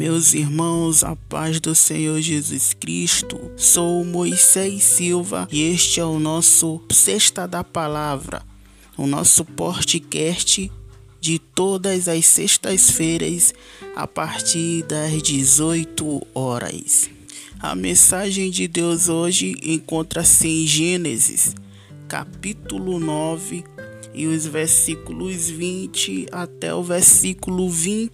Meus irmãos, a paz do Senhor Jesus Cristo. Sou Moisés Silva e este é o nosso Sexta da Palavra, o nosso podcast de todas as sextas-feiras a partir das 18 horas. A mensagem de Deus hoje encontra-se em Gênesis, capítulo 9, e os versículos 20 até o versículo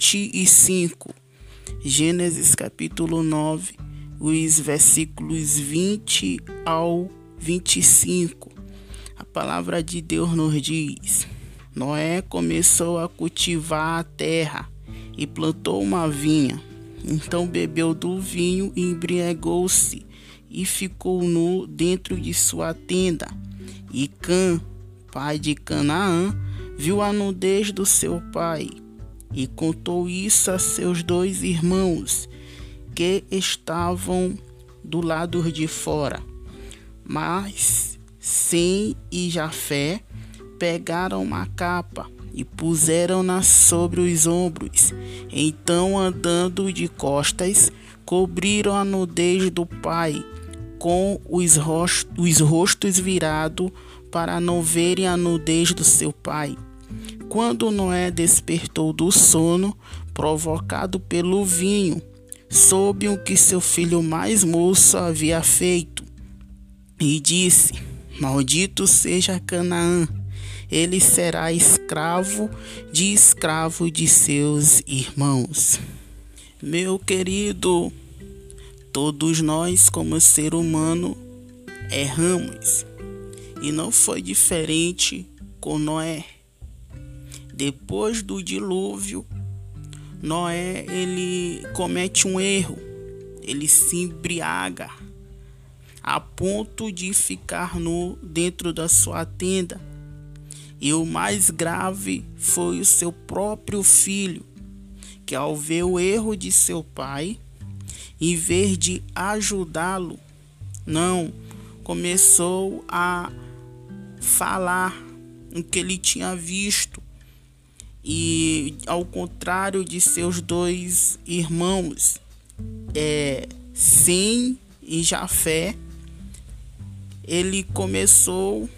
25. Gênesis capítulo 9, os versículos 20 ao 25. A palavra de Deus nos diz: Noé começou a cultivar a terra e plantou uma vinha. Então bebeu do vinho e embriagou-se e ficou nu dentro de sua tenda. E Cã, pai de Canaã, viu a nudez do seu pai e contou isso a seus dois irmãos que estavam do lado de fora. Mas Sem e Jafé pegaram uma capa e puseram-na sobre os ombros. Então, andando de costas, cobriram a nudez do pai com os rostos virados para não verem a nudez do seu pai. Quando Noé despertou do sono, provocado pelo vinho, soube o que seu filho mais moço havia feito, e disse: Maldito seja Canaã, ele será escravo de seus irmãos. Meu querido, todos nós, como ser humano, erramos, e não foi diferente com Noé. Depois do dilúvio, Noé ele comete um erro. Ele se embriaga a ponto de ficar nu dentro da sua tenda. E o mais grave foi o seu próprio filho, que ao ver o erro de seu pai, em vez de ajudá-lo, não, começou a falar o que ele tinha visto. E ao contrário de seus dois irmãos, Sem e Jafé, ele começou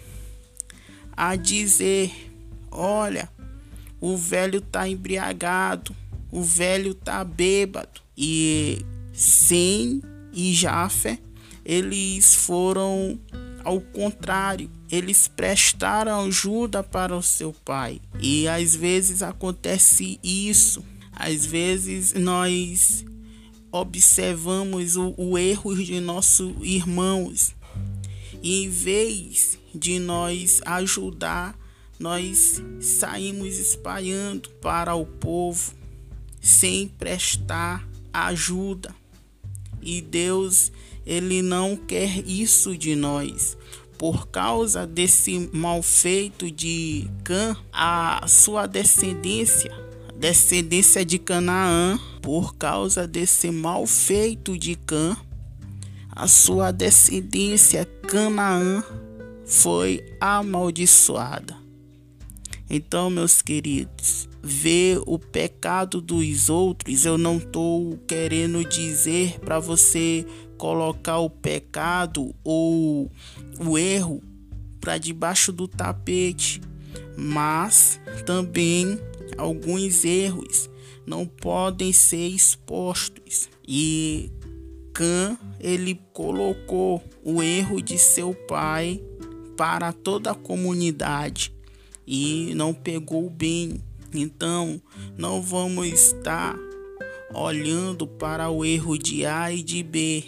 a dizer: olha, o velho está embriagado, o velho está bêbado. E Sem e Jafé, eles foram ao contrário, eles prestaram ajuda para o seu pai. E às vezes acontece isso. Às vezes nós observamos o erro de nossos irmãos. E em vez de nós ajudar, nós saímos espalhando para o povo sem prestar ajuda. E Deus, ele não quer isso de nós. Por causa desse mal feito de Cã, a sua descendência de Canaã, por causa desse mal feito de Cã, a sua descendência Canaã foi amaldiçoada. Então, meus queridos, ver o pecado dos outros, eu não estou querendo dizer para você colocar o pecado ou o erro para debaixo do tapete, mas também alguns erros não podem ser expostos. E Cã, ele colocou o erro de seu pai para toda a comunidade e não pegou bem. Então, não vamos estar olhando para o erro de A e de B.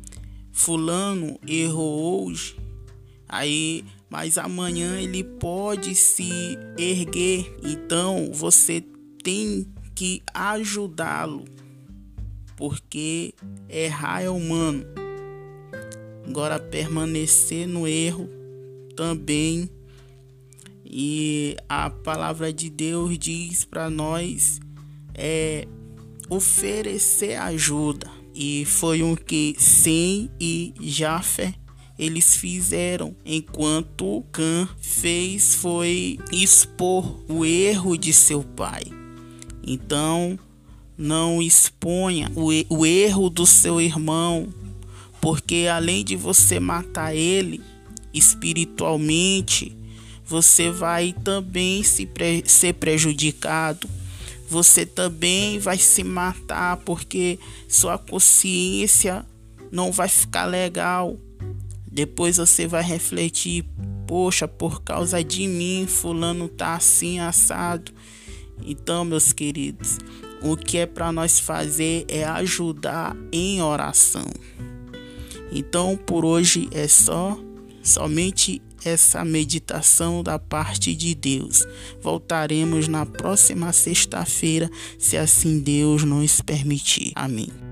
Fulano errou hoje, mas amanhã ele pode se erguer. Então, você tem que ajudá-lo, porque errar é humano. Agora, permanecer no erro também. E a palavra de Deus diz para nós oferecer ajuda. E foi o que Sem e Jafé eles fizeram, enquanto Cã foi expor o erro de seu pai. Então, Não exponha o erro do seu irmão, porque além de você matar ele espiritualmente, você vai também ser prejudicado. Você também vai se matar, porque sua consciência não vai ficar legal. Depois você vai refletir: poxa, por causa de mim, fulano tá assim, assado. Então, meus queridos, o que é para nós fazer é ajudar em oração. Então, por hoje é somente essa meditação da parte de Deus. Voltaremos na próxima sexta-feira, se assim Deus nos permitir. Amém.